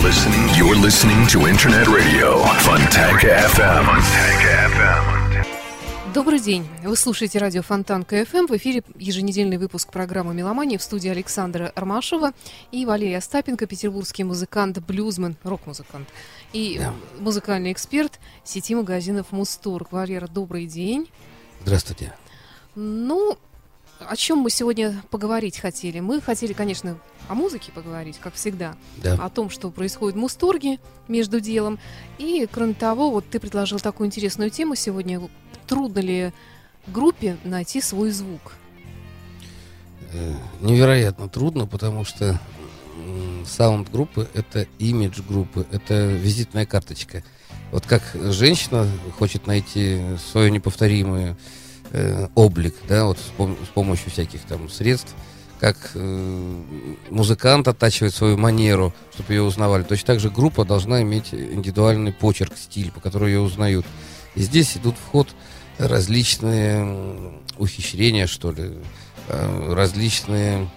You're listening to Internet Radio Fontanka FM. Добрый день. Вы слушаете радио Фонтанка FM. В эфире еженедельный выпуск программы «Меломания». В студии Александра Ромашова и Валерий Остапенко, петербургский музыкант, блюзмен, рок-музыкант и музыкальный эксперт сети магазинов Музторг. Валера, добрый день. Здравствуйте. Ну, о чем мы сегодня поговорить хотели? Мы хотели, конечно, о музыке поговорить, как всегда. Да. О том, что происходит в Музторге между делом. И, кроме того, вот ты предложил такую интересную тему сегодня. Трудно ли группе найти свой звук? Невероятно трудно, потому что саунд группы — это имидж группы, это визитная карточка. Вот как женщина хочет найти свой неповторимый облик, да, вот с помощью всяких там средств, как музыкант оттачивает свою манеру, чтобы ее узнавали. Точно так же группа должна иметь индивидуальный почерк, стиль, по которому ее узнают. И здесь идут в ход различные ухищрения, что ли, различные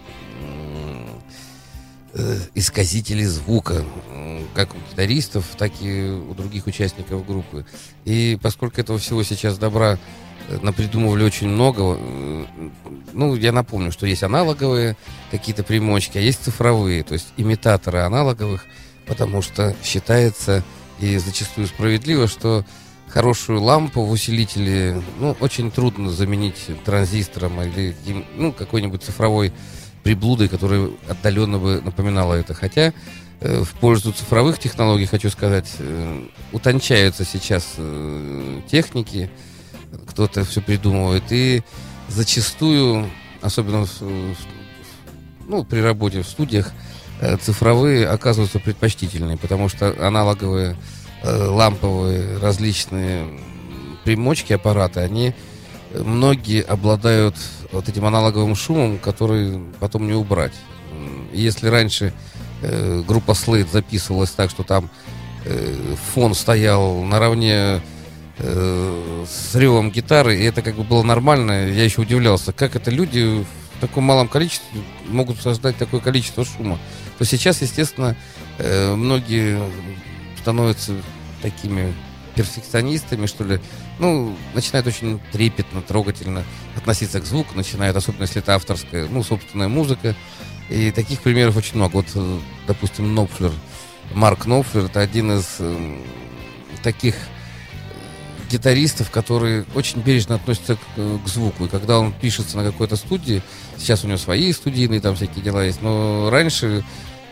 исказители звука, как у гитаристов, так и у других участников группы. И поскольку этого всего сейчас добра напридумывали очень много, ну, я напомню, что есть аналоговые какие-то примочки, а есть цифровые, то есть имитаторы аналоговых, потому что считается, и зачастую справедливо, что хорошую лампу в усилителе, ну, очень трудно заменить транзистором или, ну, какой-нибудь цифровой приблудой, которая отдаленно бы напоминала это. Хотя в пользу цифровых технологий, хочу сказать, утончаются сейчас техники, кто-то все придумывает, и зачастую, особенно при работе в студиях, цифровые оказываются предпочтительными, потому что аналоговые ламповые различные примочки, аппараты, они многие обладают вот этим аналоговым шумом, который потом не убрать. И если раньше группа Slade записывалась так, что там фон стоял наравне с ревом гитары, и это как бы было нормально, я еще удивлялся, как это люди в таком малом количестве могут создать такое количество шума. То сейчас, естественно, многие становятся такими перфекционистами, что ли, ну, начинают очень трепетно, трогательно относиться к звуку, начинают, особенно если это авторская, ну, собственная музыка. И таких примеров очень много. Вот, допустим, Knopfler, Марк Knopfler, это один из таких гитаристов, который очень бережно относится к звуку. И когда он пишется на какой-то студии, сейчас у него свои студийные там всякие дела есть, но раньше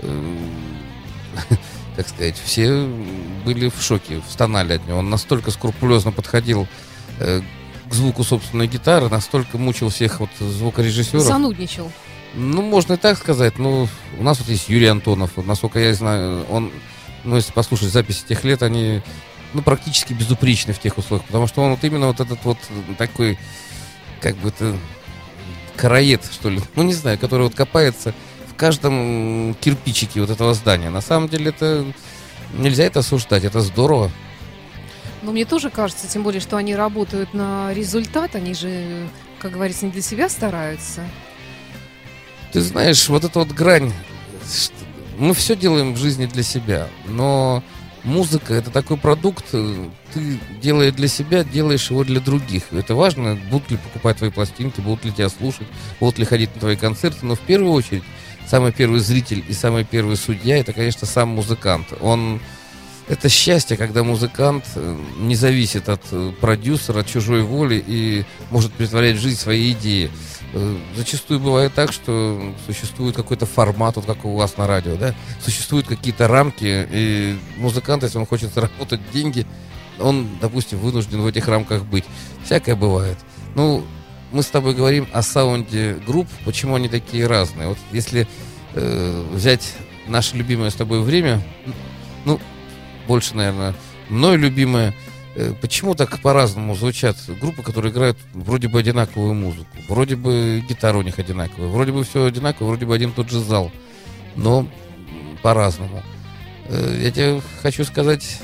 так сказать, все были в шоке, стонали от него. Он настолько скрупулезно подходил к звуку собственной гитары, настолько мучил всех вот звукорежиссеров. Занудничал. Ну, можно и так сказать. Ну, у нас вот есть Юрий Антонов. Вот, насколько я знаю, он, ну, если послушать записи тех лет, они, ну, практически безупречны в тех условиях. Потому что он вот именно вот этот вот такой, как бы это, караед, что ли, ну, не знаю, который вот копается в каждом кирпичике вот этого здания. На самом деле это нельзя это осуждать, это здорово. Но мне тоже кажется, тем более, что они работают на результат, они же, как говорится, не для себя стараются. Ты знаешь, вот эта вот грань, мы все делаем в жизни для себя, но музыка — это такой продукт, ты, делая для себя, делаешь его для других. Это важно, будут ли покупать твои пластинки, будут ли тебя слушать, будут ли ходить на твои концерты, но в первую очередь самый первый зритель и самый первый судья — это, конечно, сам музыкант. Это счастье, когда музыкант не зависит от продюсера, от чужой воли и может претворять в жизнь свои идеи. Зачастую бывает так, что существует какой-то формат, вот как у вас на радио, да? Существуют какие-то рамки, и музыкант, если он хочет заработать деньги, он, допустим, вынужден в этих рамках быть. Всякое бывает. Ну, мы с тобой говорим о саунде групп, почему они такие разные. Вот если взять наше любимое с тобой время, ну, больше, наверное, мной любимое, почему так по-разному звучат группы, которые играют вроде бы одинаковую музыку, вроде бы гитара у них одинаковая, вроде бы все одинаково, вроде бы один тот же зал, но по-разному. Я тебе хочу сказать,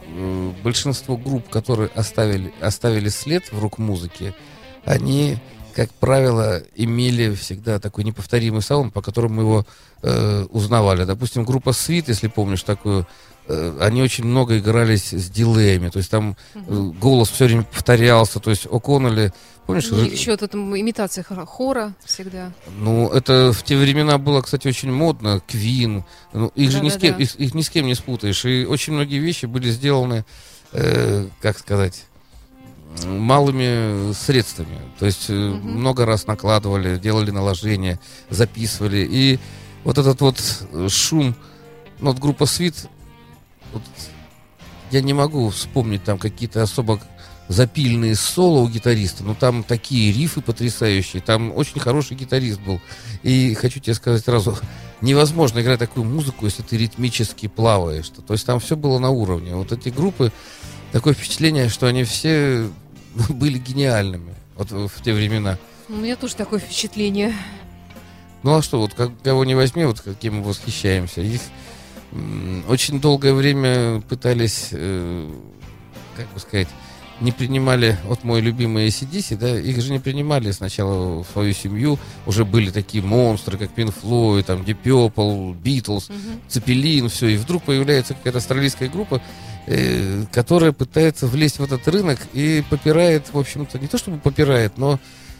большинство групп, которые оставили след в рок-музыке, они как правило, имели всегда такой неповторимый саунд, по которому его узнавали. Допустим, группа Sweet, если помнишь такую, они очень много игрались с дилеями, то есть там голос все время повторялся, то есть О'Коннелли, помнишь? И еще там имитация хора всегда. Ну, это в те времена было, кстати, очень модно, Квин, ну, их же их ни с кем не спутаешь, и очень многие вещи были сделаны, как сказать, малыми средствами, то есть много раз накладывали, делали наложения, записывали, и вот этот вот шум, ну, вот группа Sweet, вот, я не могу вспомнить там какие-то особо запильные соло у гитариста, но там такие рифы потрясающие, там очень хороший гитарист был, и хочу тебе сказать сразу, невозможно играть такую музыку, если ты ритмически плаваешь, то есть там все было на уровне, вот эти группы, такое впечатление, что они все были гениальными вот в те времена. У меня тоже такое впечатление. Ну а что, вот кого не возьми, вот каким мы восхищаемся. Их очень долгое время пытались, как бы сказать, не принимали, вот мой любимый AC/DC, да, их же не принимали сначала в свою семью, уже были такие монстры, как Pink Floyd, там, Deep Purple, Beatles, Цепелин, все, и вдруг появляется какая-то австралийская группа, которая пытается влезть в этот рынок и попирает, в общем-то, не то чтобы попирает, но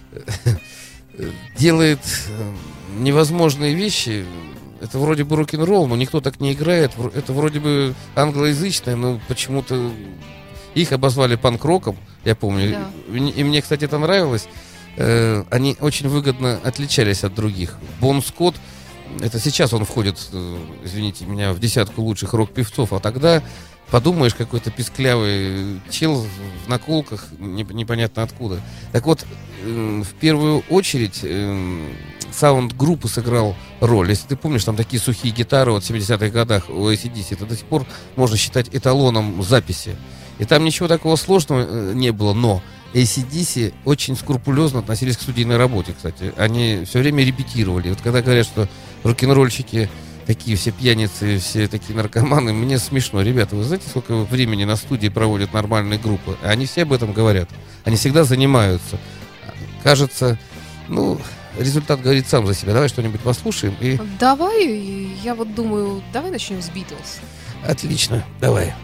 делает невозможные вещи. Это вроде бы рок-н-ролл, но никто так не играет. Это вроде бы англоязычное, но почему-то их обозвали панк-роком, я помню. Да. И мне, кстати, это нравилось. Они очень выгодно отличались от других. Бон Скотт, это сейчас он входит, извините меня, в десятку лучших рок-певцов, а тогда подумаешь, какой-то писклявый чел в наколках, непонятно откуда. Так вот, в первую очередь саунд группы сыграл роль. Если ты помнишь, там такие сухие гитары вот в 70-х годах у AC/DC, это до сих пор можно считать эталоном записи. И там ничего такого сложного не было, но AC/DC очень скрупулезно относились к студийной работе, кстати. Они все время репетировали. Вот когда говорят, что рок-н-ролльщики такие все пьяницы, все такие наркоманы, мне смешно. Ребята, вы знаете, сколько времени на студии проводят нормальные группы? Они все об этом говорят. Они всегда занимаются. Кажется, ну, результат говорит сам за себя. Давай что-нибудь послушаем. И... Давай, я вот думаю, давай начнем с Beatles. Отлично, давай.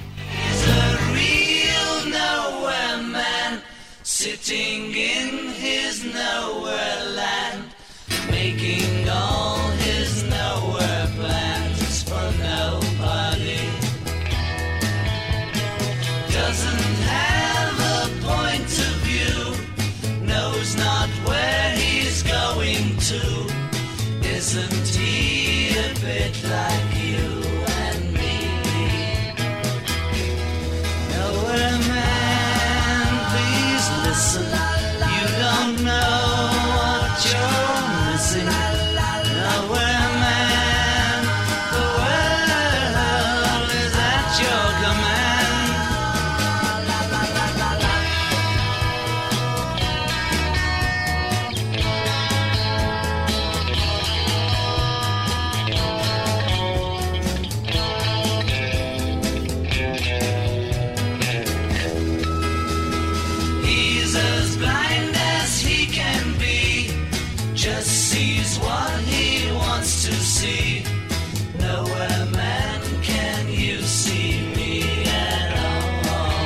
Sitting in his nowhere land, making all his nowhere plans for nobody. Doesn't have a point of view, knows not where he's going to. Isn't he a bit like you and me? Nowhere man, please listen. You don't know what you're missing. Nowhere man, the world is at your command. He's as blind as he can be, just sees what he wants to see. Nowhere man, can you see me at all?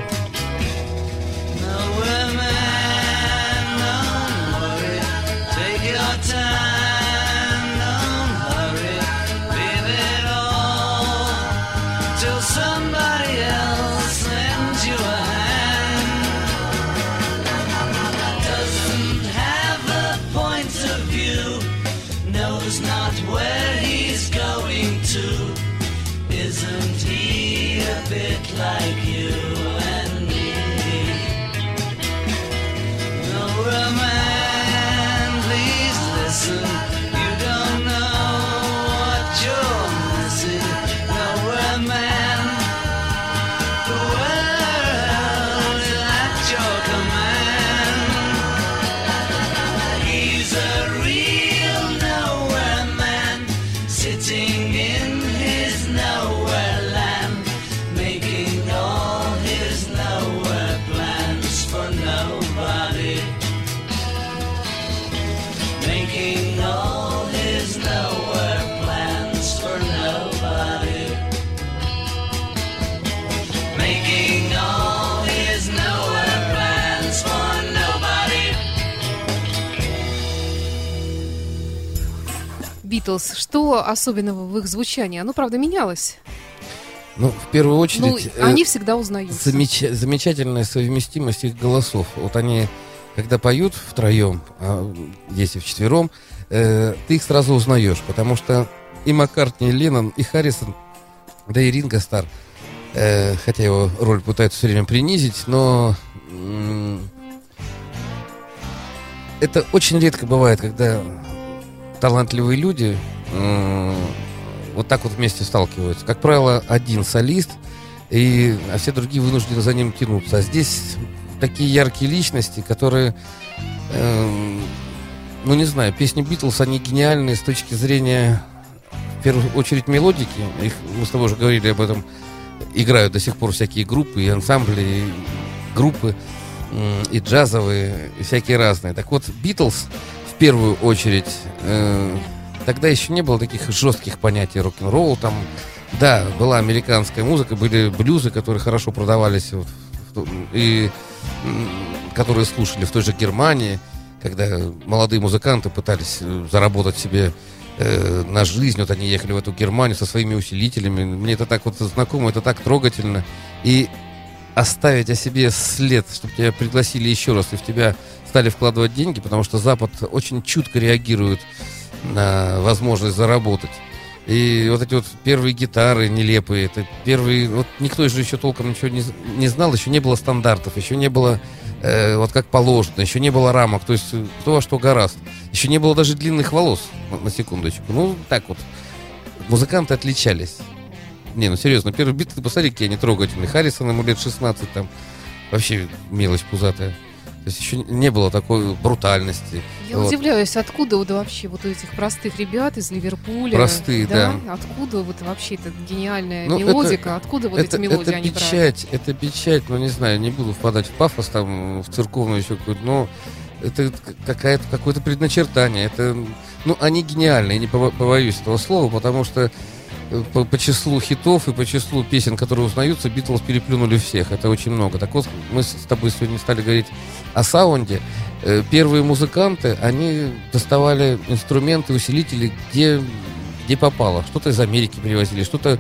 Nowhere man, don't worry, take your time, don't hurry, leave it all till somebody else lends you a hand. Doesn't have a point of view, knows not where he's going to. Isn't he a bit like you and me? Nowhere man, please listen. You don't know what you're missing. Nowhere man, the world is at your command. He's a real nowhere man, sitting in his nowhere land, making all his Битлз, что особенного в их звучании? Оно, правда, менялось. Ну, в первую очередь... они всегда узнаются. Замечательная совместимость их голосов. Вот они, когда поют втроем, если вчетвером, ты их сразу узнаешь, потому что и Маккартни, и Леннон, и Харрисон, да и Ринго Старр, хотя его роль пытаются все время принизить, но это очень редко бывает, когда талантливые люди вот так вот вместе сталкиваются. Как правило, один солист, а все другие вынуждены за ним тянуться. А здесь такие яркие личности, которые, ну не знаю, песни Битлз, они гениальные с точки зрения, в первую очередь, мелодики. Мы с тобой уже говорили об этом. Играют до сих пор всякие группы, и ансамбли, и группы, и джазовые, и всякие разные. Так вот, Битлз, в первую очередь, тогда еще не было таких жестких понятий рок-н-ролл. Там, да, была американская музыка, были блюзы, которые хорошо продавались, и которые слушали в той же Германии, когда молодые музыканты пытались заработать себе на жизнь. Вот они ехали в эту Германию со своими усилителями. Мне это так вот знакомо, это так трогательно. И оставить о себе след, чтобы тебя пригласили еще раз, и в тебя стали вкладывать деньги, потому что Запад очень чутко реагирует на возможность заработать. И вот эти вот первые гитары нелепые, это первые... Вот никто же еще толком ничего не знал, еще не было стандартов, еще не было вот как положено, еще не было рамок, то есть кто во что гораст. Еще не было даже длинных волос, на секундочку. Ну, так вот. Музыканты отличались. Не, ну серьезно, первые биты, ты посмотри, какие они трогательные. Харрисон, ему лет 16, там, вообще мелочь пузатая. То есть еще не было такой брутальности. Я удивляюсь, откуда вот вообще вот у этих простых ребят из Ливерпуля. Простые, да. Откуда вот вообще эта гениальная мелодика, откуда вот эти мелодии они брали? Это печать, но не знаю, не буду впадать в пафос, там, в церковную еще какую-то, но это какое-то предначертание. Это, ну, они гениальны, я не побоюсь этого слова, потому что по числу хитов и по числу песен, которые узнаются, Битлз переплюнули всех. Это очень много. Так вот, мы с тобой сегодня стали говорить о саунде. Первые музыканты, они доставали инструменты, усилители, где попало. Что-то из Америки привозили, что-то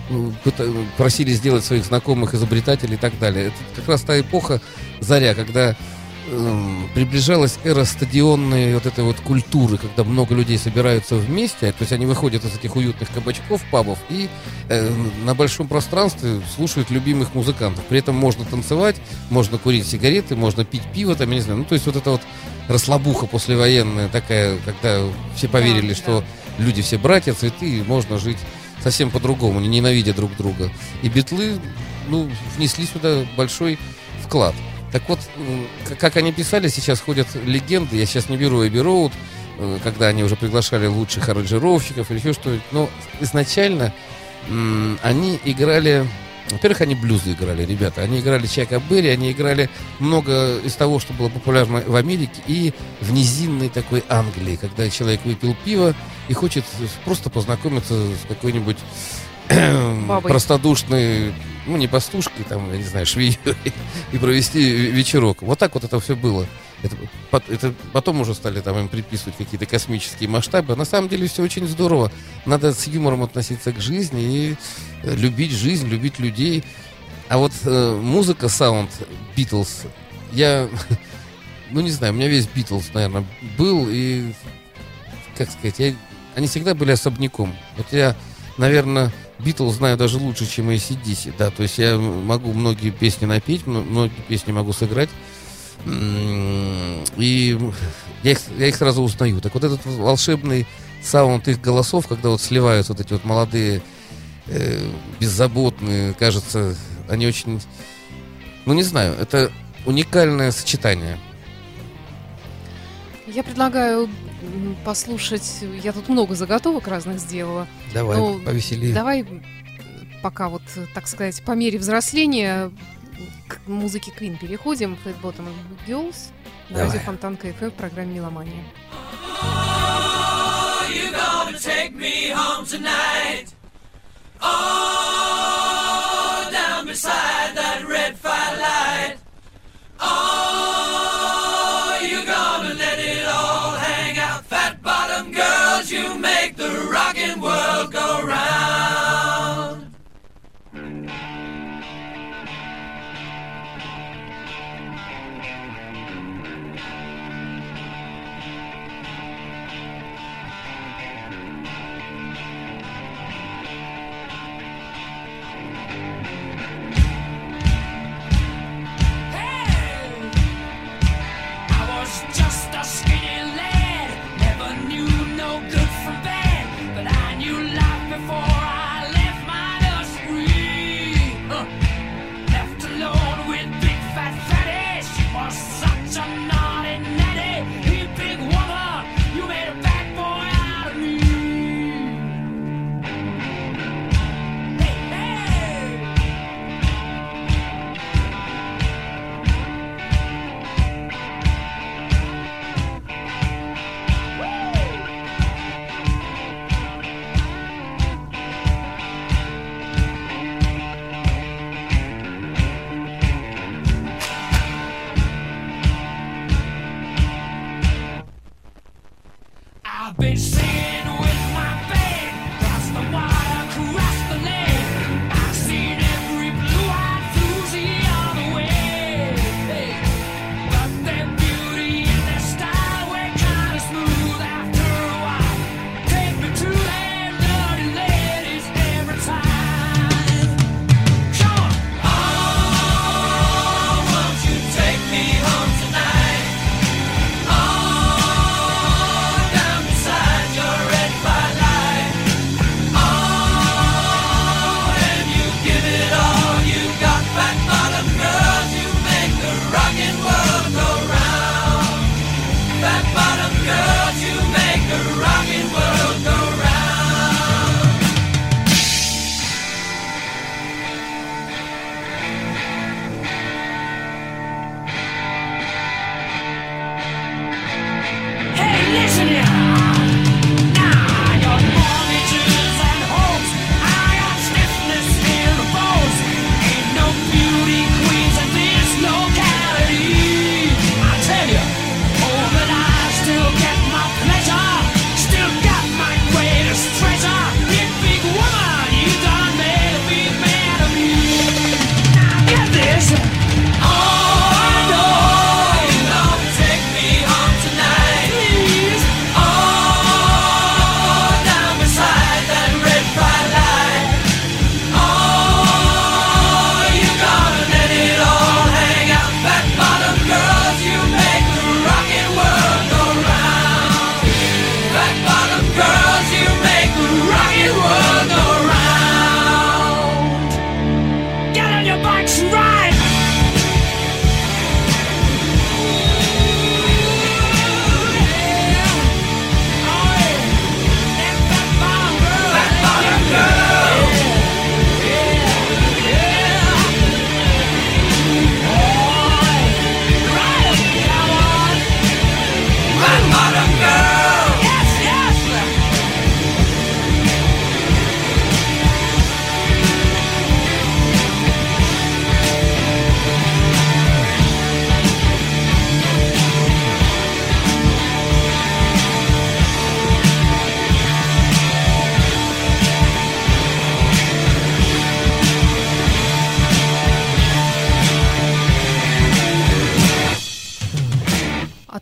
просили сделать своих знакомых изобретателей и так далее. Это как раз та эпоха, заря, когда приближалась эра стадионной вот этой вот культуры, когда много людей собираются вместе, то есть они выходят из этих уютных кабачков, пабов и на большом пространстве слушают любимых музыкантов. При этом можно танцевать, можно курить сигареты, можно пить пиво, там, я не знаю, ну, то есть вот эта вот расслабуха послевоенная такая, когда все поверили, что люди все братья, цветы, и можно жить совсем по-другому, не ненавидя друг друга. И Битлы, ну, внесли сюда большой вклад. Так вот, как они писали, сейчас ходят легенды. Я сейчас не беру Эбби Роуд, когда они уже приглашали лучших аранжировщиков или еще что-нибудь. Но изначально они играли... Во-первых, они блюзы играли, ребята. Они играли Чака Берри, они играли много из того, что было популярно в Америке и в низинной такой Англии, когда человек выпил пиво и хочет просто познакомиться с какой-нибудь простодушной, ну, не пастушкой, там, я не знаю, швеей, и провести вечерок. Вот так вот это все было. Это потом уже стали там им приписывать какие-то космические масштабы. На самом деле все очень здорово. Надо с юмором относиться к жизни и любить жизнь, любить людей. А вот музыка, саунд Битлз, я, ну, не знаю, у меня весь Битлз, наверное, был, и, как сказать, они всегда были особняком. Вот я, наверное, Битлз знаю даже лучше, чем AC/DC, да, то есть я могу многие песни напеть, многие песни могу сыграть, и я их сразу узнаю. Так вот этот волшебный саунд их голосов, когда вот сливаются вот эти вот молодые, беззаботные, кажется, они очень, ну, не знаю, это уникальное сочетание. Я предлагаю послушать, я тут много заготовок разных сделала. Давай, повеселее. Давай пока вот, так сказать, по мере взросления к музыке Queen переходим. Flat Bottom Girls на радио Фонтанка ФМ в программе «Меломания». You make the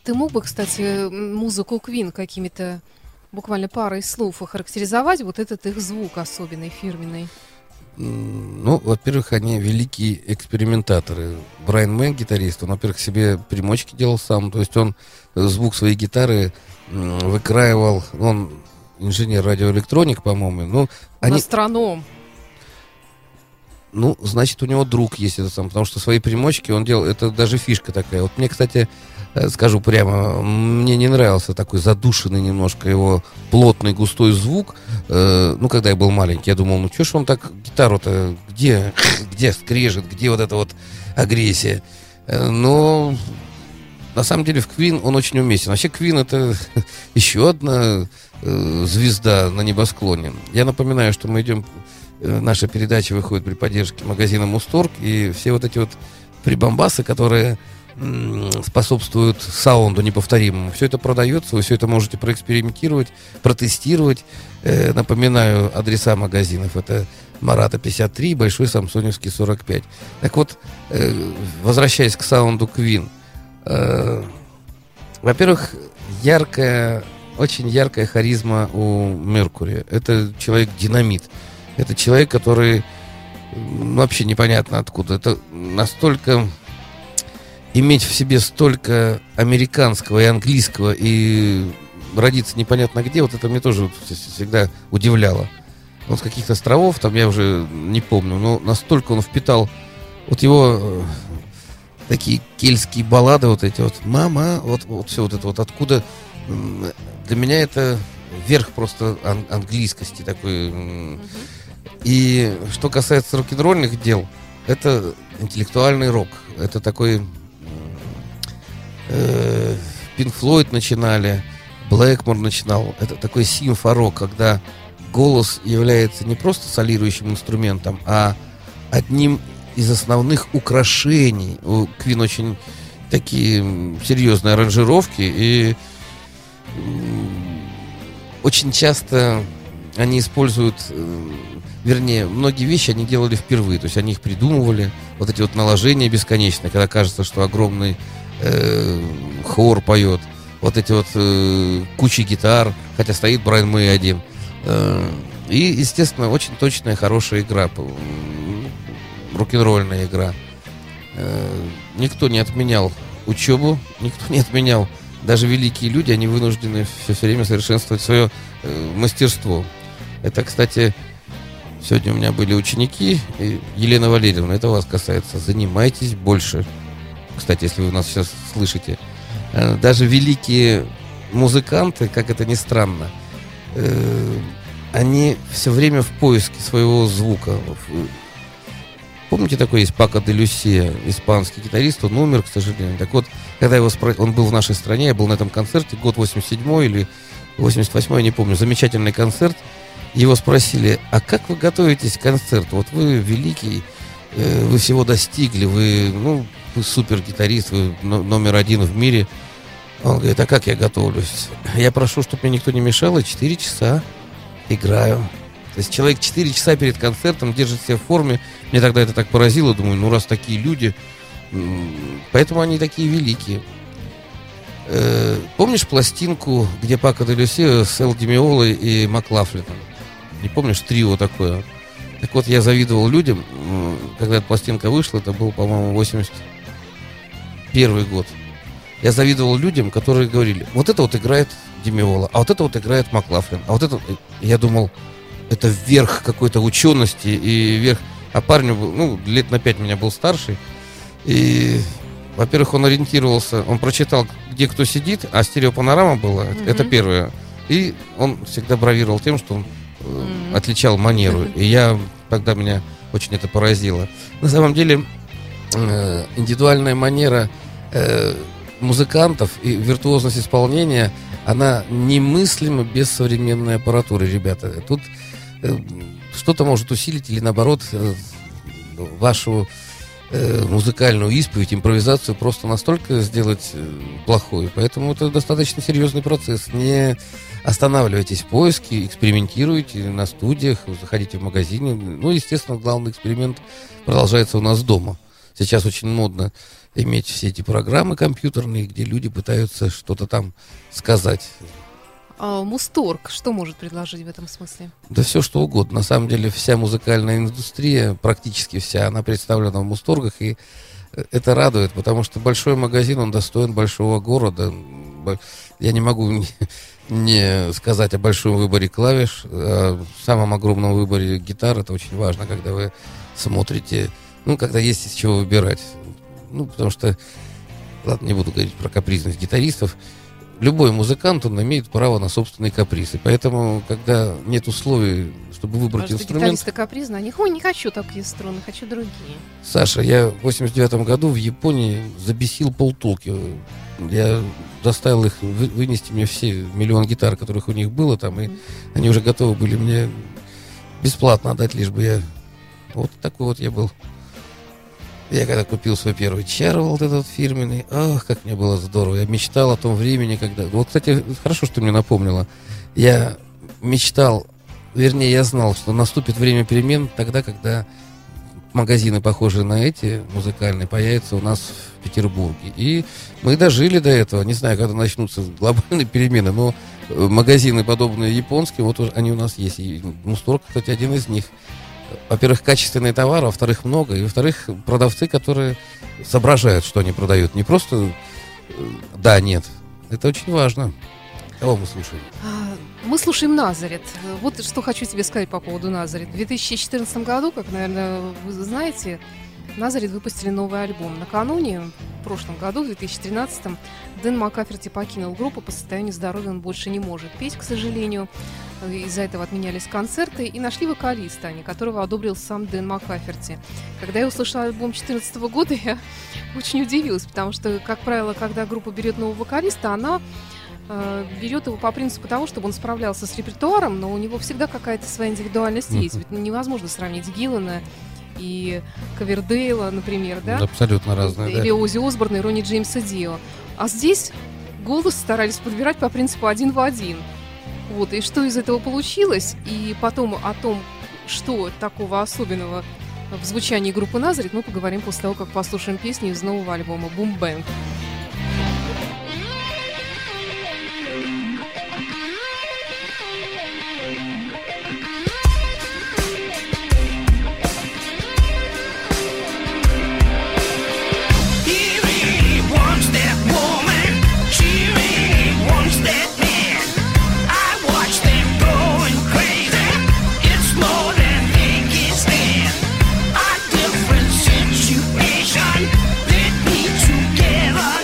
Ты мог бы, кстати, музыку Queen какими-то буквально парой слов охарактеризовать, вот этот их звук особенный, фирменный? Ну, во-первых, они великие экспериментаторы. Брайан Мэй, гитарист, он, во-первых, себе примочки делал сам, то есть он звук своей гитары выкраивал, он инженер-радиоэлектроник, по-моему. Ну, они... Астроном. Ну, значит, у него друг есть этот сам, потому что свои примочки он делал, это даже фишка такая. Вот мне, кстати, скажу прямо, мне не нравился такой задушенный немножко его плотный густой звук. Ну, когда я был маленький, я думал, ну, что ж он так гитару-то, где скрежет, где вот эта вот агрессия. Но на самом деле в Queen он очень уместен. Вообще Queen — это еще одна звезда на небосклоне. Я напоминаю, что мы идем... Наша передача выходит при поддержке магазина Мусторг, и все вот эти вот прибамбасы, которые способствуют саунду неповторимому, все это продается, вы все это можете проэкспериментировать, протестировать. Напоминаю, адреса магазинов: это Марата 53, Большой Самсоневский 45. Так вот, возвращаясь к саунду Queen, во-первых, очень яркая харизма у Меркури. Это человек-динамит. Это человек, который вообще непонятно откуда. Это настолько... Иметь в себе столько американского и английского и родиться непонятно где, вот это мне тоже всегда удивляло. Он с каких-то островов, там я уже не помню, но настолько он впитал вот его такие кельтские баллады, вот эти вот «Мама», вот все вот это вот откуда... Для меня это верх просто английскости такой... И что касается рок-н-ролльных дел, это интеллектуальный рок. Это такой... Pink Floyd начинали, Блэкмор начинал. Это такой симфорок, когда голос является не просто солирующим инструментом, а одним из основных украшений. У Queen очень такие серьезные аранжировки, и очень часто они используют... Вернее, многие вещи они делали впервые, то есть они их придумывали, вот эти вот наложения бесконечные, когда кажется, что огромный хор поет, вот эти вот кучи гитар, хотя стоит Брайан Мэй один. И, естественно, очень точная, хорошая игра, рок-н-ролльная игра. Никто не отменял учебу, никто не отменял, даже великие люди, они вынуждены все время совершенствовать свое мастерство. Это, кстати... Сегодня у меня были ученики, Елена Валерьевна, это вас касается, занимайтесь больше. Кстати, если вы нас сейчас слышите, даже великие музыканты, как это ни странно, они все время в поиске своего звука. Помните, такой есть Пако де Люсия, испанский гитарист, он умер, к сожалению. Так вот, когда он был в нашей стране, я был на этом концерте, год 87-й или 88-й, я не помню, замечательный концерт. Его спросили: а как вы готовитесь к концерту? Вот вы великий, вы всего достигли, вы супер гитарист, вы номер один в мире. Он говорит: а как я готовлюсь? Я прошу, чтобы мне никто не мешал, и 4 часа играю. То есть человек 4 часа перед концертом держит себя в форме. Мне тогда это так поразило, думаю, раз такие люди, поэтому они такие великие. Помнишь пластинку, где Пако де Люсия с Эл Ди Меолой и Маклафлином? Не помнишь, трио такое? Так вот, я завидовал людям, когда эта пластинка вышла, это был, по-моему, 81 год. Я завидовал людям, которые говорили: вот это вот играет Ди Меола, а вот это вот играет Маклафлин, а вот это... Я думал, это верх какой-то учености и верх... А парню был, лет на 5 меня был старше, и... Во-первых, он ориентировался, он прочитал, где кто сидит, а стереопанорама была, это первое. И он всегда бравировал тем, что он отличал манеру. И тогда меня очень это поразило. На самом деле, индивидуальная манера музыкантов и виртуозность исполнения, она немыслима без современной аппаратуры, ребята. Тут что-то может усилить или, наоборот, вашу музыкальную исповедь, импровизацию просто настолько сделать плохой. Поэтому это достаточно серьезный процесс. Не останавливайтесь в поиске, экспериментируйте на студиях, заходите в магазины. Естественно, главный эксперимент продолжается у нас дома. сейчас очень модно иметь все эти программы компьютерные, где люди пытаются что-то там сказать. А Мусторг что может предложить в этом смысле? Да все что угодно. На самом деле вся музыкальная индустрия, практически вся, она представлена в Мусторгах, и это радует, потому что большой магазин, он достоин большого города. Я не могу не сказать о большом выборе клавиш, о самом огромном выборе гитар. Это очень важно, когда вы смотрите, когда есть из чего выбирать. Потому что, ладно, не буду говорить про капризность гитаристов. Любой музыкант, он имеет право на собственные капризы. Поэтому, когда нет условий, чтобы выбрать инструмент... Гитаристы капризны, не хочу такие струны, хочу другие. Саша, я в 89 году в Японии забесил полтулки. Я заставил их вынести мне все миллион гитар, которых у них было там, и они уже готовы были мне бесплатно отдать, лишь бы я... Вот такой вот я был. Я когда купил свой первый Чарвел, вот этот фирменный, как мне было здорово. Я мечтал о том времени, когда... Вот, кстати, хорошо, что ты мне напомнила. Я мечтал, вернее, я знал, что наступит время перемен тогда, когда магазины, похожие на эти музыкальные, появятся у нас в Петербурге. И мы дожили до этого. Не знаю, когда начнутся глобальные перемены, но магазины, подобные японским, вот они у нас есть. И Мусторг, кстати, один из них. Во-первых, качественный товар, во-вторых, много. И во-вторых, продавцы, которые соображают, что они продают. Не просто да, нет. Это очень важно. Кого мы слушаем? Мы слушаем Назарет. Вот что хочу тебе сказать по поводу Назарет. В 2014 году, как, наверное, вы знаете, Назарет выпустили новый альбом. Накануне, в прошлом году, в 2013, Дэн Маккаферти покинул группу. По состоянию здоровья он больше не может петь, к сожалению. Из-за этого отменялись концерты. И нашли вокалиста, которого одобрил сам Дэн Маккаферти. Когда я услышала альбом 2014 года, я очень удивилась, потому что, как правило, когда группа берет нового вокалиста, она берет его по принципу того, чтобы он справлялся с репертуаром, но у него всегда какая-то своя индивидуальность есть. Ведь невозможно сравнить Гиллана и Ковердейла, например, да? Абсолютно разные, или Оззи Осборна и Ронни Джеймса Дио. А здесь голос старались подбирать по принципу один в один. Вот, и что из этого получилось, и потом о том, что такого особенного в звучании группы Назарет, мы поговорим после того, как послушаем песню из нового альбома «Boom Bang». Situation led me together.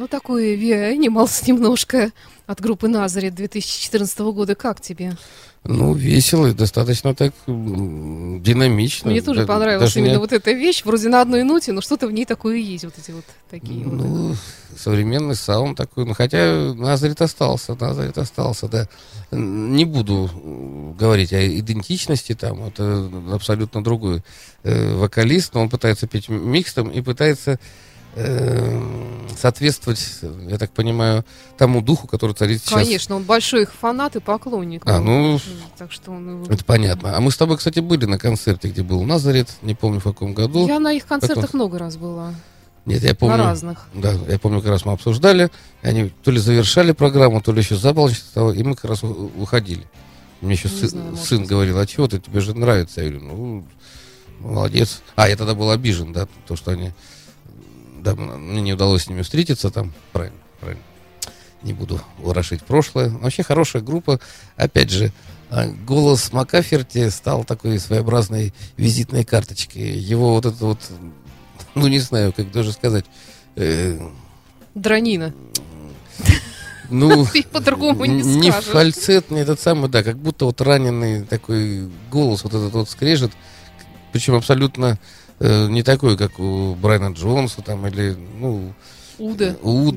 Ну, такой The Animals немножко от группы Назарет 2014 года. Как тебе? Ну, весело и достаточно так динамично. Мне тоже понравилась именно вот эта вещь. Вроде на одной ноте, но что-то в ней такое есть. Вот эти вот такие вот. Ну, современный саунд такой. Ну, хотя Назарет остался, да. Не буду говорить о идентичности там. Это абсолютно другой вокалист. Но он пытается петь микстом и пытается соответствовать, я так понимаю, тому духу, который царит сейчас. Конечно, он большой их фанат и поклонник. Так что он... Это понятно. А мы с тобой, кстати, были на концерте, где был Назарет, не помню в каком году. Я на их концертах много раз была. Нет, я помню. На разных. Да, я помню, как раз мы обсуждали. Они то ли завершали программу, то ли еще за полчаса, и мы как раз уходили. Мне еще сын говорил: а чего ты, тебе же нравится? Я говорю: ну, молодец. А, я тогда был обижен, да, то, что они... Да, мне не удалось с ними встретиться там. Правильно. Не буду ворошить прошлое. Вообще хорошая группа. Опять же, голос Макаферти стал такой своеобразной визитной карточкой. Его вот это вот, ну не знаю, как даже сказать. Дранина. Ну, ты по-другому не скажешь. Не фальцет, не этот самый, да, как будто вот раненый такой голос, вот этот вот скрежет. Причем абсолютно не такой, как у Брайана Джонса там, или, ну... Уда.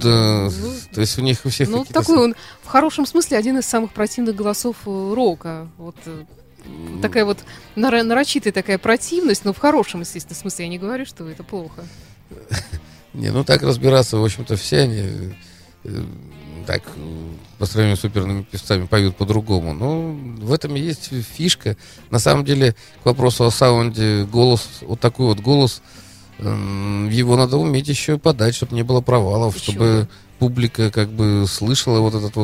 То есть у них у всех ну, какие-то... такой он, в хорошем смысле, один из самых противных голосов рока. Вот такая вот нарочитая такая противность, но в хорошем, естественно, смысле. Я не говорю, что это плохо. Не, ну так разбираться, в общем-то, все они... так, по сравнению с оперными певцами, поют по-другому. Но в этом и есть фишка. На самом деле, к вопросу о саунде, голос, вот такой вот голос, его надо уметь еще подать, чтобы не было провалов, еще чтобы публика как бы слышала вот этот вот...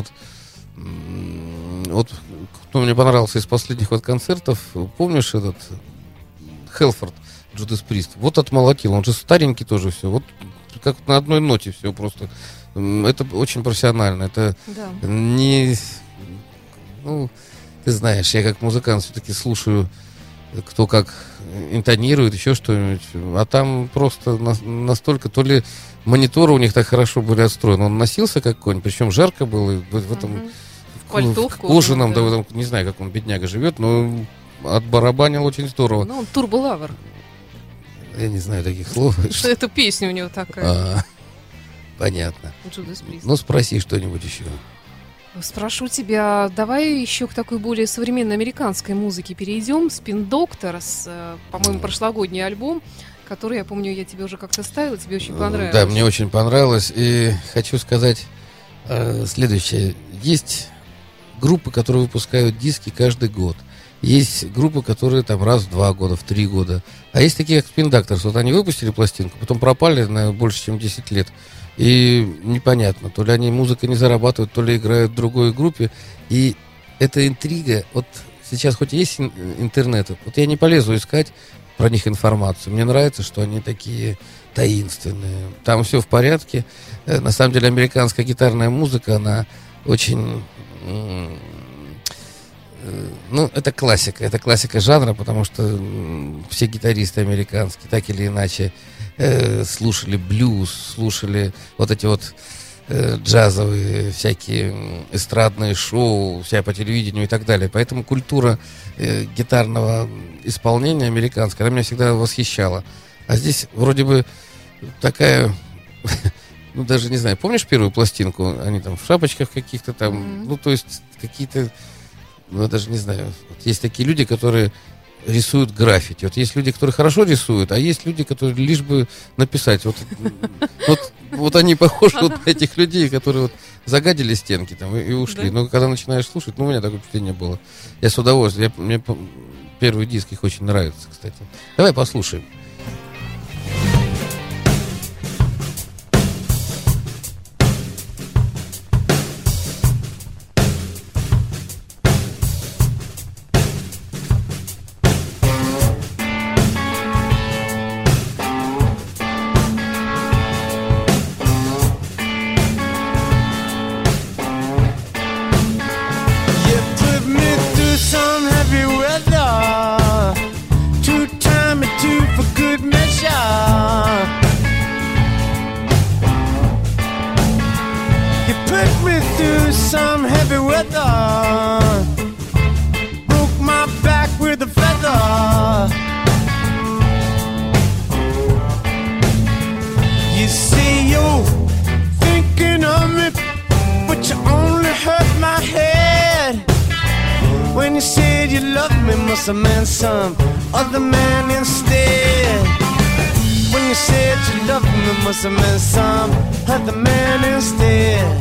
Вот, кто мне понравился из последних вот концертов, помнишь этот Хелфорд, Джудас Прист? Вот отмолотил, он же старенький тоже все, вот как на одной ноте все просто... Это очень профессионально. Это не... Ну, ты знаешь, я как музыкант все-таки слушаю, кто как интонирует, еще что-нибудь. А там просто настолько... То ли мониторы у них так хорошо были отстроены. Он носился как конь, причем жарко было. В этом... В кожаном, да, в этом, не знаю, как он, бедняга, живет, но отбарабанил очень здорово. Ну, он турболавр. Я не знаю таких слов. Это песня у него такая. Понятно. Джудас Прист. Ну, спроси что-нибудь еще. Спрошу тебя, давай еще к такой более современной американской музыке перейдем. Spin Doctors, по-моему, прошлогодний альбом, который, я помню, я тебе уже как-то ставила, тебе очень понравилось. Да, мне очень понравилось. И хочу сказать следующее. Есть группы, которые выпускают диски каждый год. Есть группы, которые там раз в 2 года, в 3 года. А есть такие, как Spin Doctors. Вот они выпустили пластинку, потом пропали на больше, чем 10 лет. И непонятно, то ли они музыкой не зарабатывают, то ли играют в другой группе. И эта интрига, вот сейчас хоть есть интернет, вот я не полезу искать про них информацию. Мне нравится, что они такие таинственные. Там все в порядке. На самом деле американская гитарная музыка, она очень... Ну, это классика жанра, потому что все гитаристы американские, так или иначе, слушали блюз, слушали вот эти вот джазовые всякие эстрадные шоу, вся по телевидению и так далее. Поэтому культура гитарного исполнения американская, она меня всегда восхищала. А здесь вроде бы такая... Ну, даже не знаю, помнишь первую пластинку? Они там в шапочках каких-то там, ну, то есть какие-то... Ну, я даже не знаю. Вот есть такие люди, которые рисуют граффити. Вот есть люди, которые хорошо рисуют, а есть люди, которые лишь бы написать. Вот они похожи вот на этих людей, которые вот загадили стенки там и ушли. Но когда начинаешь слушать, ну, у меня такое впечатление было. Я с удовольствием. Мне первый диск их очень нравится, кстати. Давай послушаем. Two-time and two for you said you loved me, must have meant some other man instead. When you said you loved me, must have meant some other man instead.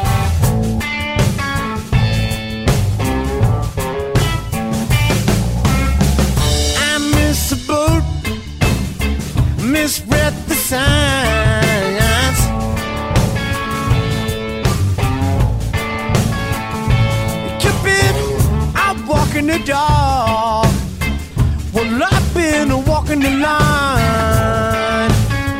I missed the boat, misread the signs. Kept it out walking the dog. Well, I've been walking the line.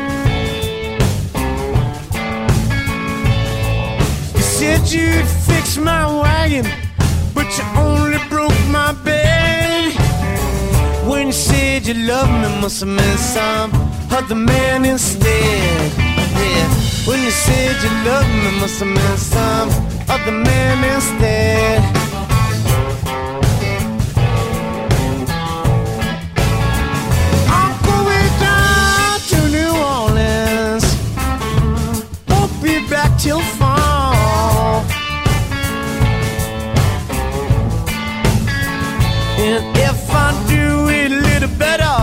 You said you'd fix my wagon, but you only broke my bed. When you said you loved me, must have meant some other man instead. Yeah. When you said you loved me, must have meant some other man instead. I'm going down to New Orleans, won't be back till fall. And if I do it a little better,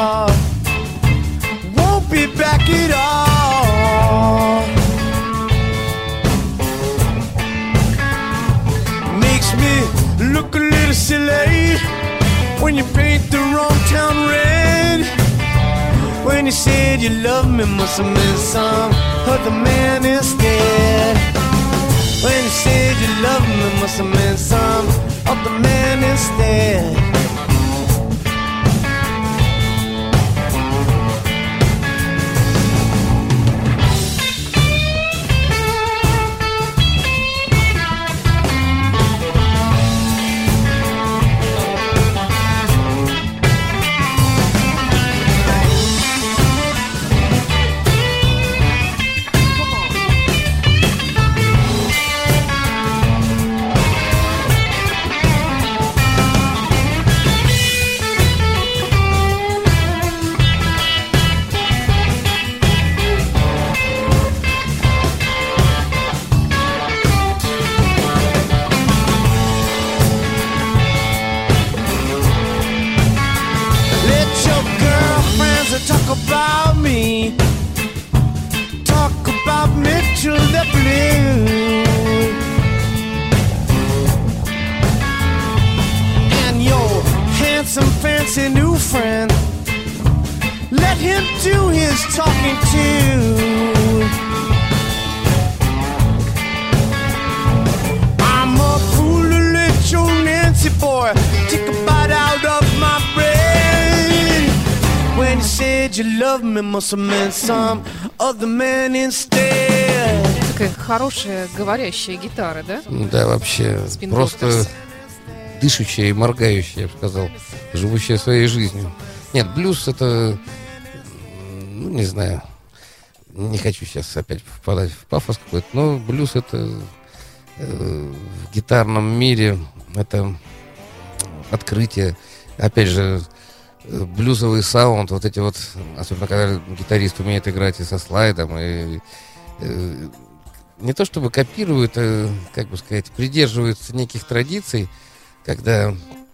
won't be back at all. Makes me look a little silly when you paint the wrong town red. When you said you loved me, must have meant some other man instead. When you said you loved me, must have meant some other man instead. Talk about me, talk about me till the blue. And your handsome, fancy new friend, let him do his talking too. I'm a fool to let your Nancy boy take a bite out of my bread. When you said you loved me, must have meant some other man instead. Такая хорошая говорящая гитара, да? Да, вообще, Spin просто Doctors. дышащая и моргающая, я бы сказал, живущая своей жизнью. Нет, блюз это, ну, не знаю, не хочу сейчас опять впадать в пафос какой-то, но блюз это в гитарном мире, это открытие, опять же, блюзовый саунд, вот эти вот, особенно когда гитарист умеет играть и со слайдом, и не то чтобы копирует, а, как бы сказать, придерживается неких традиций, когда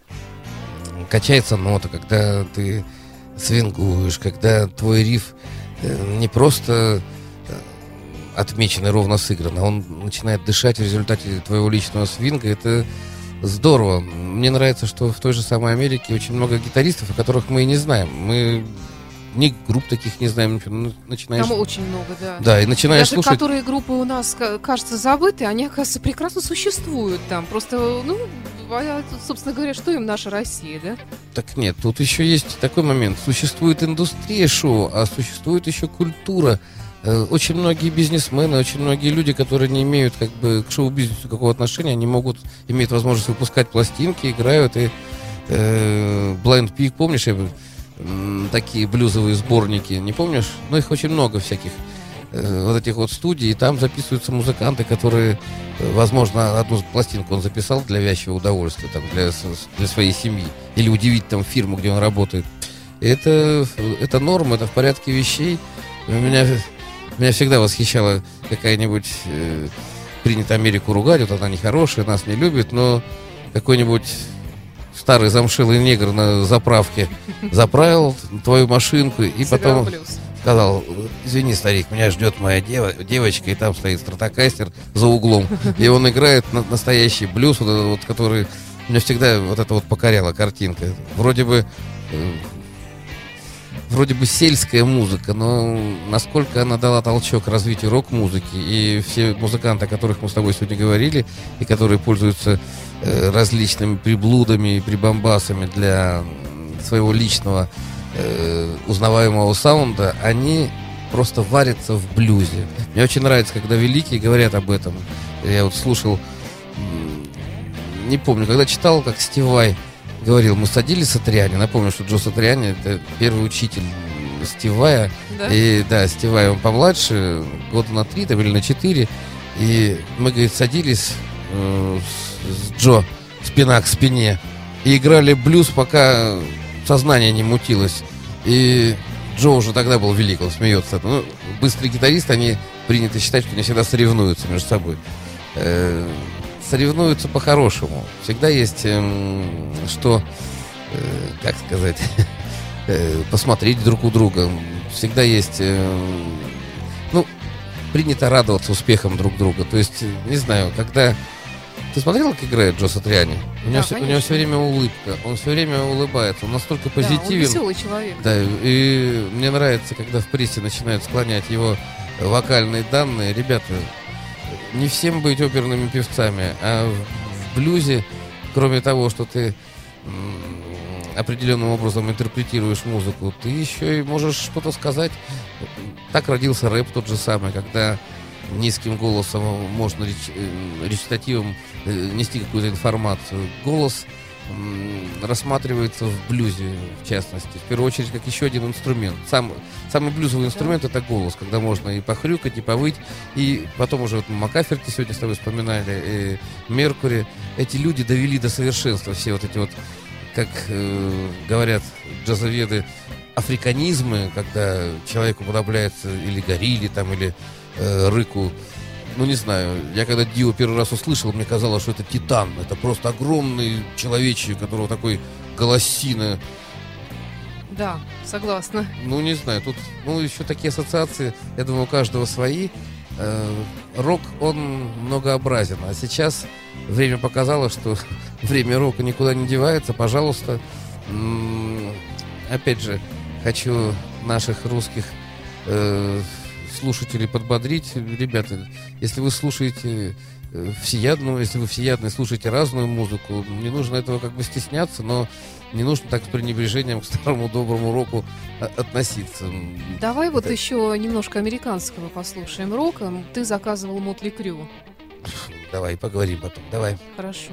качается нота, когда ты свингуешь, когда твой риф не просто отмечен и ровно сыгран, а он начинает дышать в результате твоего личного свинга, это здорово. Мне нравится, что в той же самой Америке очень много гитаристов, о которых мы и не знаем. Мы ни групп таких не знаем, ничего. Начинаешь... Там очень много, да. Да, и начинаешь Даже слушать... которые группы у нас, кажется, забыты, они, оказывается, прекрасно существуют там. Просто, ну, собственно говоря, что им наша Россия, да? Так нет, тут еще есть такой момент. Существует индустрия шоу, а существует еще культура. Очень многие бизнесмены, очень многие люди, которые не имеют как бы к шоу-бизнесу какого отношения, они могут, имеют возможность выпускать пластинки, играют. И Blind Pig, помнишь, такие блюзовые сборники, не помнишь? Ну, их очень много всяких вот этих вот студий, и там записываются музыканты, которые, возможно, одну пластинку он записал для вящего удовольствия, там, для своей семьи, или удивить там фирму, где он работает. И это норма, это в порядке вещей. Меня всегда восхищала какая-нибудь принято Америку ругать, вот она нехорошая, нас не любит, но какой-нибудь старый замшелый негр на заправке заправил твою машинку и Сыграл потом блюз. сказал: извини, старик, меня ждет моя девочка, и там стоит стратокастер за углом. И он играет настоящий блюз, вот этот вот, который меня всегда вот это вот покоряла картинка. Вроде бы сельская музыка, но насколько она дала толчок развитию рок-музыки, и все музыканты, о которых мы с тобой сегодня говорили, и которые пользуются различными приблудами и прибамбасами для своего личного узнаваемого саунда, они просто варятся в блюзе. Мне очень нравится, когда великие говорят об этом. Я вот слушал, не помню, когда читал, как Стив Vai говорил: мы садили Сатриани. Напомню, что Джо Сатриани — это первый учитель Стив Вая. Да? И да, Стив Vai, он помладше, года на 3 там, или на 4. И мы, говорит, садились с Джо спина к спине и играли блюз, пока сознание не мутилось. И Джо уже тогда был велик, он смеется. Ну, быстрые гитаристы, они принято считать, что они всегда соревнуются между собой. Соревнуются по-хорошему. Всегда есть что, как сказать, посмотреть друг у друга. Всегда есть, принято радоваться успехам друг друга. То есть, не знаю, когда... Ты смотрел, как играет Джо Сатриани? У него все время улыбка. Он все время улыбается. Он настолько позитивен. Да, он веселый человек. Да, и мне нравится, когда в прессе начинают склонять его вокальные данные. Ребята, не всем быть оперными певцами, а в блюзе, кроме того, что ты определенным образом интерпретируешь музыку, ты еще и можешь что-то сказать. Так родился рэп тот же самый, когда низким голосом можно речитативом нести какую-то информацию. Голос рассматривается в блюзе, в частности, в первую очередь, как еще один инструмент. Самый блюзовый инструмент — это голос, когда можно и похрюкать, и повыть, и потом уже вот Маккаферти сегодня с тобой вспоминали, и Меркури. Эти люди довели до совершенства все вот эти вот, как говорят джазоведы, африканизмы, когда человеку подобляется или горилле там, или рыку. Ну, не знаю, я когда Дио первый раз услышал, мне казалось, что это титан. Это просто огромный человечий, у которого такой голосина. Да, согласна. Ну, не знаю, тут, еще такие ассоциации, я думаю, у каждого свои. Рок, он многообразен. А сейчас время показало, что время рока никуда не девается. Пожалуйста, опять же, хочу наших русских слушателей подбодрить. Ребята, если вы слушаете всеядную, если вы всеядны, слушаете разную музыку, не нужно этого как бы стесняться, но не нужно так с пренебрежением к старому доброму року относиться. Давай вот еще немножко американского послушаем рока. Ты заказывал Мотли Крю. Давай, поговорим потом. Давай. Хорошо.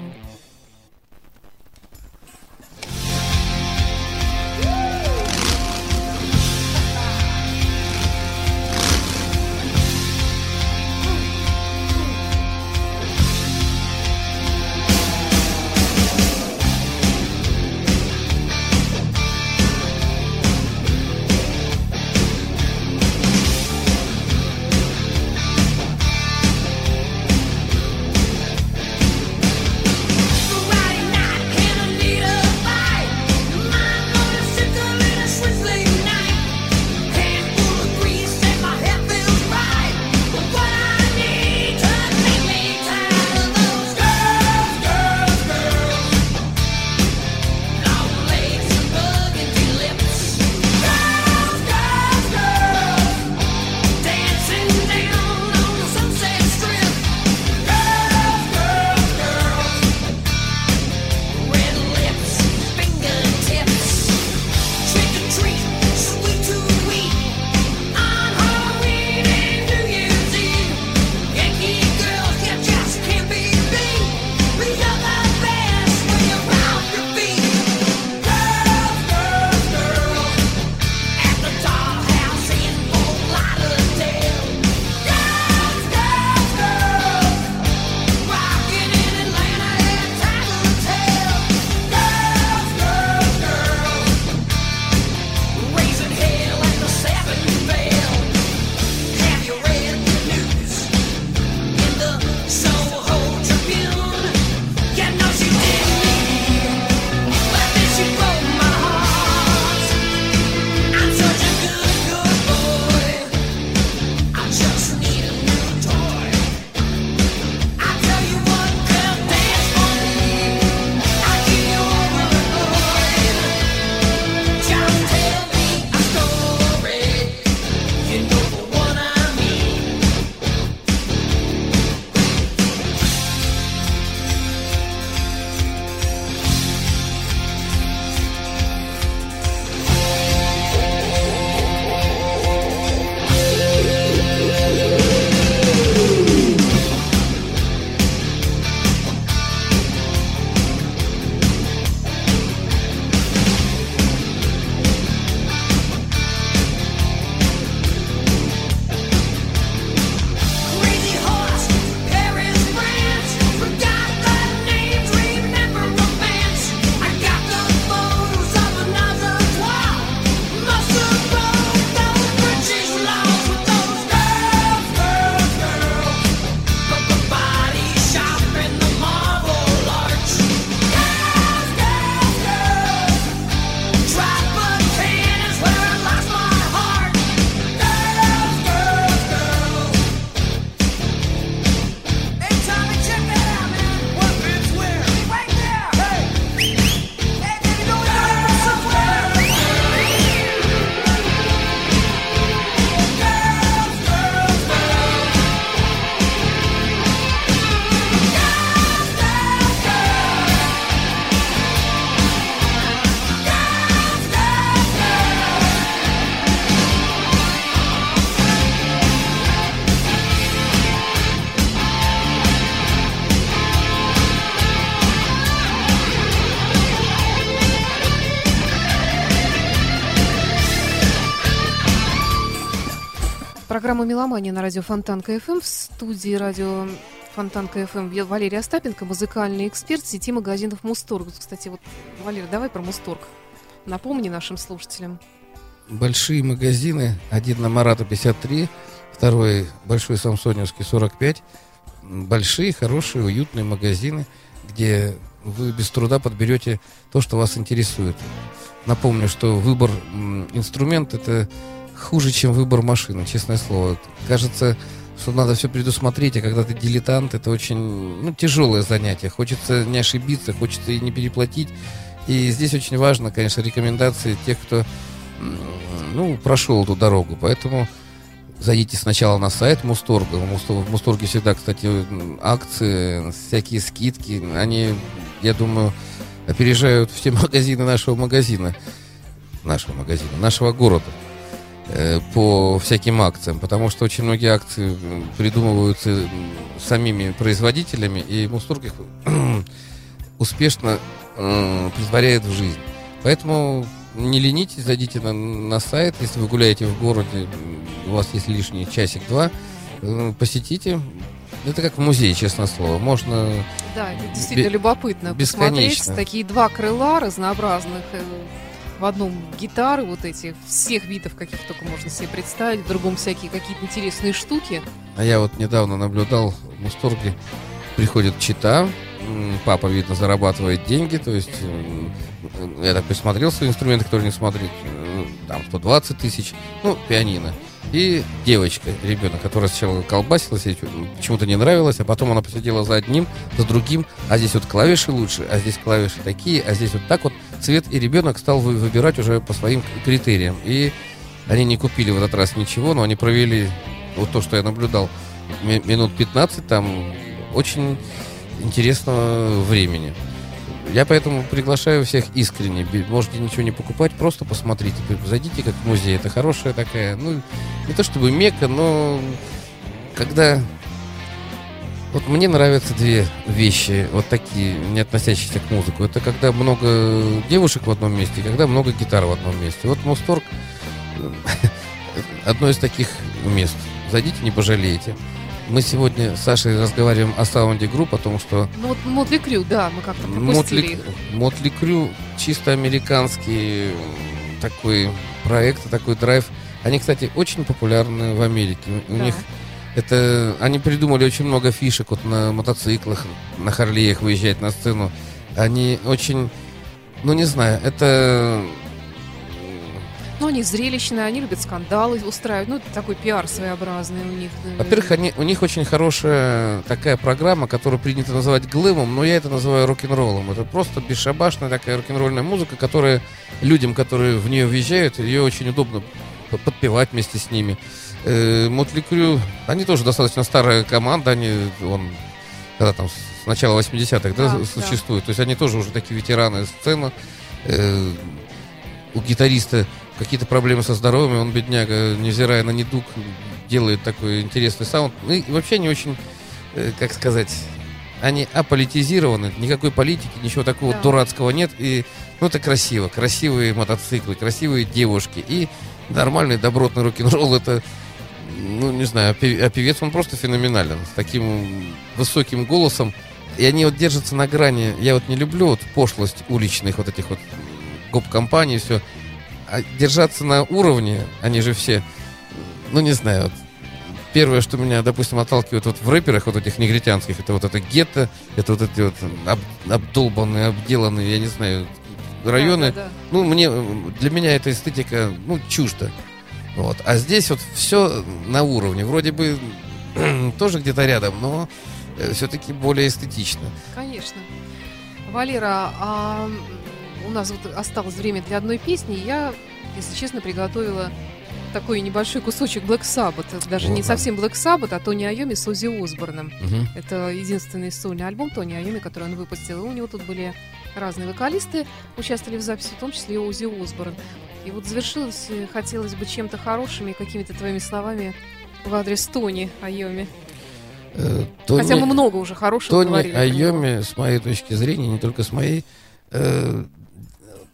Программа «Меломания» на радио Фонтанка ФМ. В студии радио Фонтанка ФМ Валерий Остапенко, музыкальный эксперт сети магазинов Мусторг. Кстати, вот, Валерий, давай про Мусторг. Напомни нашим слушателям. Большие магазины. Один на Марата 53, второй Большой Самсоневский 45. Большие, хорошие, уютные магазины, где вы без труда подберете то, что вас интересует. Напомню, что выбор инструмента — это хуже, чем выбор машины, честное слово. Кажется, что надо все предусмотреть, а когда ты дилетант, это очень тяжелое занятие. Хочется не ошибиться, хочется и не переплатить. И здесь очень важно, конечно, рекомендации тех, кто прошел эту дорогу. Поэтому зайдите сначала на сайт Мусторга. В Мусторге всегда, кстати, акции, всякие скидки. Они, я думаю, опережают все магазины нашего города по всяким акциям, потому что очень многие акции придумываются самими производителями, и Мусторг их успешно притворяет в жизнь. Поэтому не ленитесь, зайдите на сайт, если вы гуляете в городе, у вас есть лишний часик-два, посетите. Это как в музее, честное слово. Можно... Да, это действительно любопытно бесконечно посмотреть. Такие два крыла разнообразных. В одном гитары вот эти, всех видов, каких только можно себе представить, в другом всякие какие-то интересные штуки. А я вот недавно наблюдал в Мусторге, приходит чита, папа, видно, зарабатывает деньги, то есть я так посмотрел свои инструменты, которые не смотреть, там 120 тысяч, пианино. И девочка, ребенок, которая сначала колбасилась, ей почему-то не нравилось, а потом она посидела за одним, за другим, а здесь вот клавиши лучше, а здесь клавиши такие, а здесь вот так вот цвет, и ребенок стал выбирать уже по своим критериям. И они не купили в этот раз ничего, но они провели, вот то, что я наблюдал, минут 15 там очень интересного времени. Я поэтому приглашаю всех искренне. Можете ничего не покупать, просто посмотрите. Зайдите как в музей. Это хорошая такая, не то чтобы мекка, но когда... Вот мне нравятся две вещи, вот такие, не относящиеся к музыке. Это когда много девушек в одном месте, и когда много гитар в одном месте. Вот Мусторг одно из таких мест. Зайдите, не пожалеете. Мы сегодня с Сашей разговариваем о Sound Group, о том, что... Мотли Крю, да, мы как-то пропустили их. Мотли Крю, чисто американский такой проект, такой драйв. Они, кстати, очень популярны в Америке. У них они придумали очень много фишек, вот на мотоциклах, на Харлеях выезжать на сцену. Они очень, не знаю, это... Они зрелищные, они любят скандалы устраивать. Это такой пиар своеобразный у них. Во-первых, у них очень хорошая такая программа, которую принято называть глэмом, но я это называю рок-н-роллом. Это просто бесшабашная такая рок-н-ролльная музыка, которая людям, которые в нее въезжают, ее очень удобно подпевать вместе с ними. Мотли Крю, они тоже достаточно старая команда, когда там с начала 80-х существуют. То есть они тоже уже такие ветераны сцены. У гитариста какие-то проблемы со здоровьем, он, бедняга, невзирая на недуг, делает такой интересный саунд. И вообще они очень, как сказать, они аполитизированы, никакой политики, ничего такого дурацкого нет. И, это красиво, красивые мотоциклы, красивые девушки и нормальный добротный рок-н-ролл. Это, не знаю, а певец, он просто феноменален, с таким высоким голосом. И они держатся на грани. Я не люблю пошлость уличных этих гоп-компаний, все. А держаться на уровне, они же все, не знаю, первое, что меня, допустим, отталкивает в рэперах этих негритянских, это гетто, это эти обдолбанные, обделанные, я не знаю, районы. Для меня эта эстетика, чужда. А здесь все на уровне, вроде бы тоже где-то рядом, но все-таки более эстетично. Конечно. Валера, у нас осталось время для одной песни. Я, если честно, приготовила такой небольшой кусочек Black Sabbath. Даже не совсем Black Sabbath, а Тони Айоми с Оззи Осборном. Это единственный сольный альбом Тони Айоми, который он выпустил. И у него тут были разные вокалисты, участвовали в записи, в том числе и Оззи Осборн. И завершилось, хотелось бы чем-то хорошими, какими-то твоими словами в адрес Тони Айоми. Хотя мы много уже хорошего говорили. Тони Айоми, с моей точки зрения, не только с моей,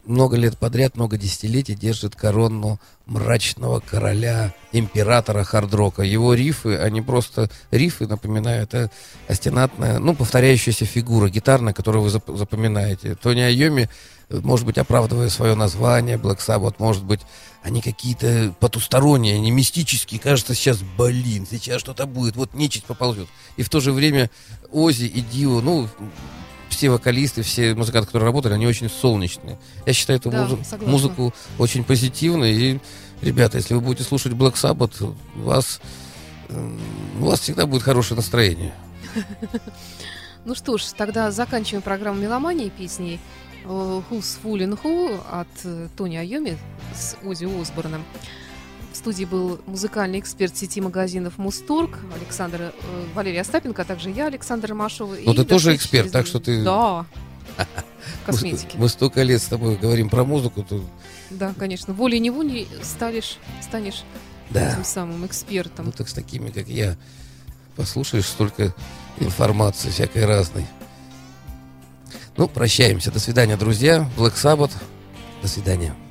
много лет подряд, много десятилетий держит корону мрачного короля, императора хард-рока. Его рифы, они просто рифы напоминают, остенатная, повторяющаяся фигура гитарная, которую вы запоминаете. Тони Айоми, может быть, оправдывая свое название, Black Sabbath, может быть, они какие-то потусторонние, они мистические. Кажется, сейчас, сейчас что-то будет, вот нечисть поползет. И в то же время Оззи и Дио, все вокалисты, все музыканты, которые работали, они очень солнечные. Я считаю эту музыку очень позитивной. И, ребята, если вы будете слушать Black Sabbath, у вас всегда будет хорошее настроение. Ну что ж, тогда заканчиваем программу «Меломания» песней «Who's Fooling Who» от Тони Айоми с Оззи Осборном. В студии был музыкальный эксперт сети магазинов «Мусторг» Валерий Остапенко, а также я, Александра Ромашова. Но ты тоже эксперт, так что ты... Да, косметики. Мы столько лет с тобой говорим про музыку. Да, конечно, волей-неволей станешь этим самым экспертом. Так с такими, как я, послушаешь столько информации всякой разной. Прощаемся. До свидания, друзья. Black Sabbath. До свидания.